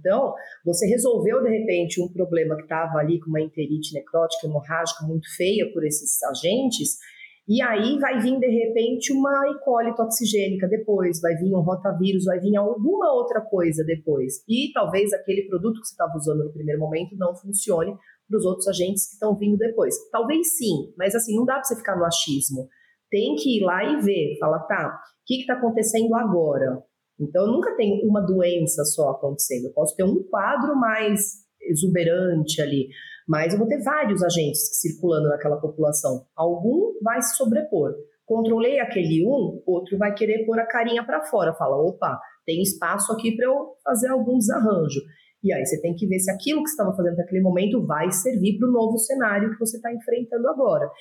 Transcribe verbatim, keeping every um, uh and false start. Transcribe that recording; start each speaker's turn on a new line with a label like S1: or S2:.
S1: Então, você resolveu, de repente, um problema que estava ali com uma enterite necrótica hemorrágica muito feia por esses agentes, e aí vai vir, de repente, uma E. coli toxigênica depois, vai vir um rotavírus, vai vir alguma outra coisa depois. E talvez aquele produto que você estava usando no primeiro momento não funcione para os outros agentes que estão vindo depois. Talvez sim, mas assim, não dá para você ficar no achismo. Tem que ir lá e ver, falar, tá, o que está acontecendo agora? Então, eu nunca tenho uma doença só acontecendo. Eu posso ter um quadro mais exuberante ali, mas eu vou ter vários agentes circulando naquela população. Algum vai se sobrepor. Controlei aquele um, outro vai querer pôr a carinha para fora. Fala, opa, tem espaço aqui para eu fazer algum desarranjo. E aí você tem que ver se aquilo que você estava fazendo naquele momento vai servir para o novo cenário que você está enfrentando agora.